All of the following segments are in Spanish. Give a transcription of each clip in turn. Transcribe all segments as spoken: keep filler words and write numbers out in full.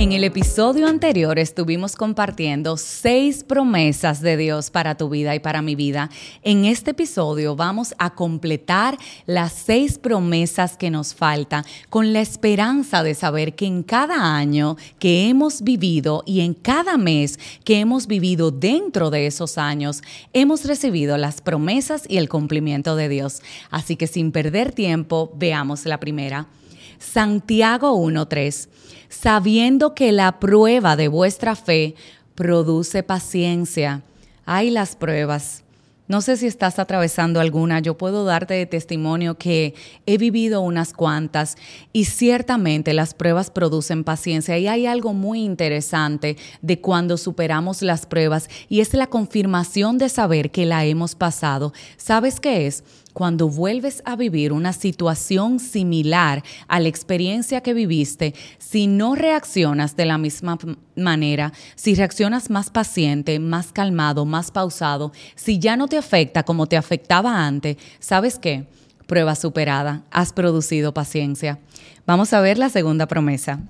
En el episodio anterior estuvimos compartiendo seis promesas de Dios para tu vida y para mi vida. En este episodio vamos a completar las seis promesas que nos faltan con la esperanza de saber que en cada año que hemos vivido y en cada mes que hemos vivido dentro de esos años, hemos recibido las promesas y el cumplimiento de Dios. Así que sin perder tiempo, veamos la primera. Santiago uno tres, sabiendo que la prueba de vuestra fe produce paciencia. Ay, las pruebas. No sé si estás atravesando alguna, yo puedo darte de testimonio que he vivido unas cuantas y ciertamente las pruebas producen paciencia y hay algo muy interesante de cuando superamos las pruebas y es la confirmación de saber que la hemos pasado. ¿Sabes qué es? Cuando vuelves a vivir una situación similar a la experiencia que viviste, si no reaccionas de la misma manera, si reaccionas más paciente, más calmado, más pausado, si ya no te afecta como te afectaba antes, ¿sabes qué? Prueba superada, has producido paciencia. Vamos a ver la segunda promesa.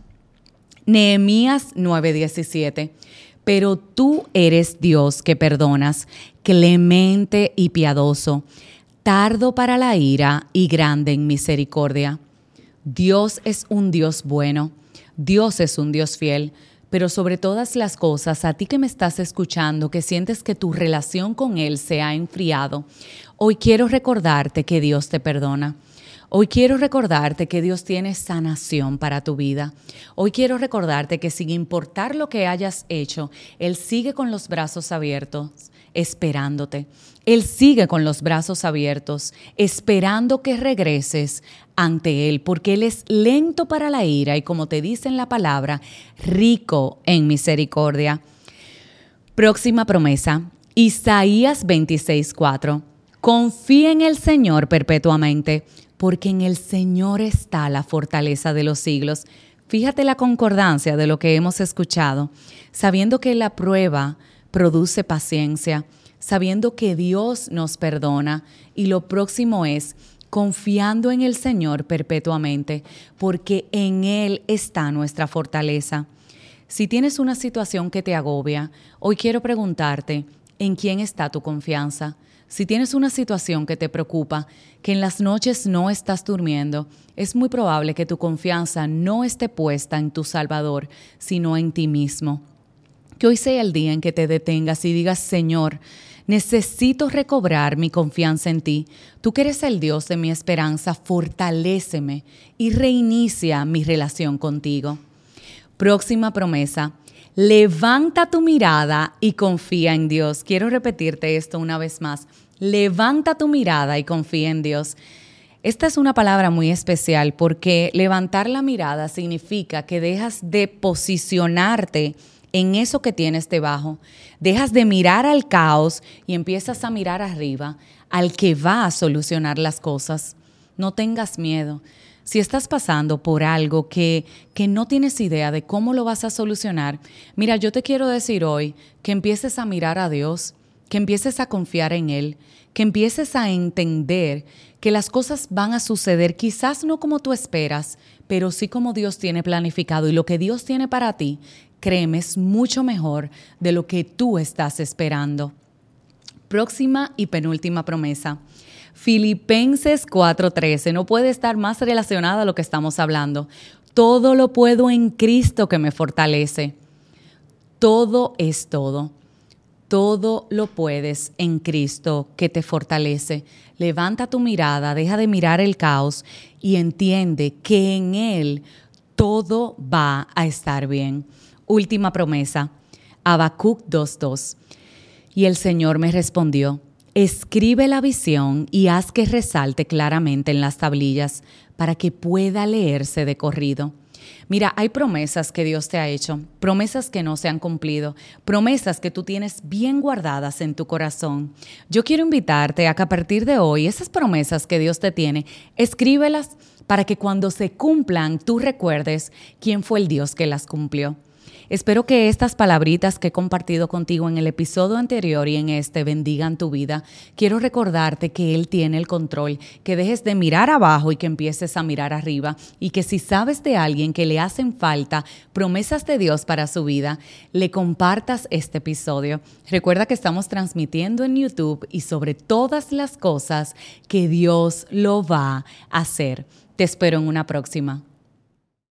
Nehemías nueve diecisiete. Pero tú eres Dios que perdonas, clemente y piadoso, tardo para la ira y grande en misericordia. Dios es un Dios bueno, Dios es un Dios fiel, pero sobre todas las cosas, a ti que me estás escuchando, que sientes que tu relación con Él se ha enfriado, hoy quiero recordarte que Dios te perdona. Hoy quiero recordarte que Dios tiene sanación para tu vida. Hoy quiero recordarte que sin importar lo que hayas hecho, Él sigue con los brazos abiertos, esperándote. Él sigue con los brazos abiertos, esperando que regreses ante Él, porque Él es lento para la ira y, como te dice en la palabra, rico en misericordia. Próxima promesa, Isaías veintiséis cuatro. Confía en el Señor perpetuamente, porque en el Señor está la fortaleza de los siglos. Fíjate la concordancia de lo que hemos escuchado, sabiendo que la prueba produce paciencia, sabiendo que Dios nos perdona y lo próximo es confiando en el Señor perpetuamente, porque en Él está nuestra fortaleza. Si tienes una situación que te agobia, hoy quiero preguntarte, ¿en quién está tu confianza? Si tienes una situación que te preocupa, que en las noches no estás durmiendo, es muy probable que tu confianza no esté puesta en tu Salvador, sino en ti mismo. Que hoy sea el día en que te detengas y digas, Señor, necesito recobrar mi confianza en ti. Tú que eres el Dios de mi esperanza, fortaléceme y reinicia mi relación contigo. Próxima promesa. Levanta tu mirada y confía en Dios. Quiero repetirte esto una vez más. Levanta tu mirada y confía en Dios. Esta es una palabra muy especial porque levantar la mirada significa que dejas de posicionarte en eso que tienes debajo. Dejas de mirar al caos y empiezas a mirar arriba, al que va a solucionar las cosas. No tengas miedo. Si estás pasando por algo que, que no tienes idea de cómo lo vas a solucionar, mira, yo te quiero decir hoy que empieces a mirar a Dios, que empieces a confiar en Él, que empieces a entender que las cosas van a suceder quizás no como tú esperas, pero sí como Dios tiene planificado. Y lo que Dios tiene para ti, créeme, es mucho mejor de lo que tú estás esperando. Próxima y penúltima promesa. Filipenses cuatro trece, no puede estar más relacionada a lo que estamos hablando. Todo lo puedo en Cristo que me fortalece. Todo es todo. Todo lo puedes en Cristo que te fortalece. Levanta tu mirada, deja de mirar el caos y entiende que en Él todo va a estar bien. Última promesa, Habacuc dos dos. Y el Señor me respondió, escribe la visión y haz que resalte claramente en las tablillas para que pueda leerse de corrido. Mira, hay promesas que Dios te ha hecho, promesas que no se han cumplido, promesas que tú tienes bien guardadas en tu corazón. Yo quiero invitarte a que a partir de hoy, esas promesas que Dios te tiene, escríbelas para que cuando se cumplan, tú recuerdes quién fue el Dios que las cumplió. Espero que estas palabritas que he compartido contigo en el episodio anterior y en este bendigan tu vida. Quiero recordarte que Él tiene el control, que dejes de mirar abajo y que empieces a mirar arriba, y que si sabes de alguien que le hacen falta promesas de Dios para su vida, le compartas este episodio. Recuerda que estamos transmitiendo en YouTube y sobre todas las cosas que Dios lo va a hacer. Te espero en una próxima.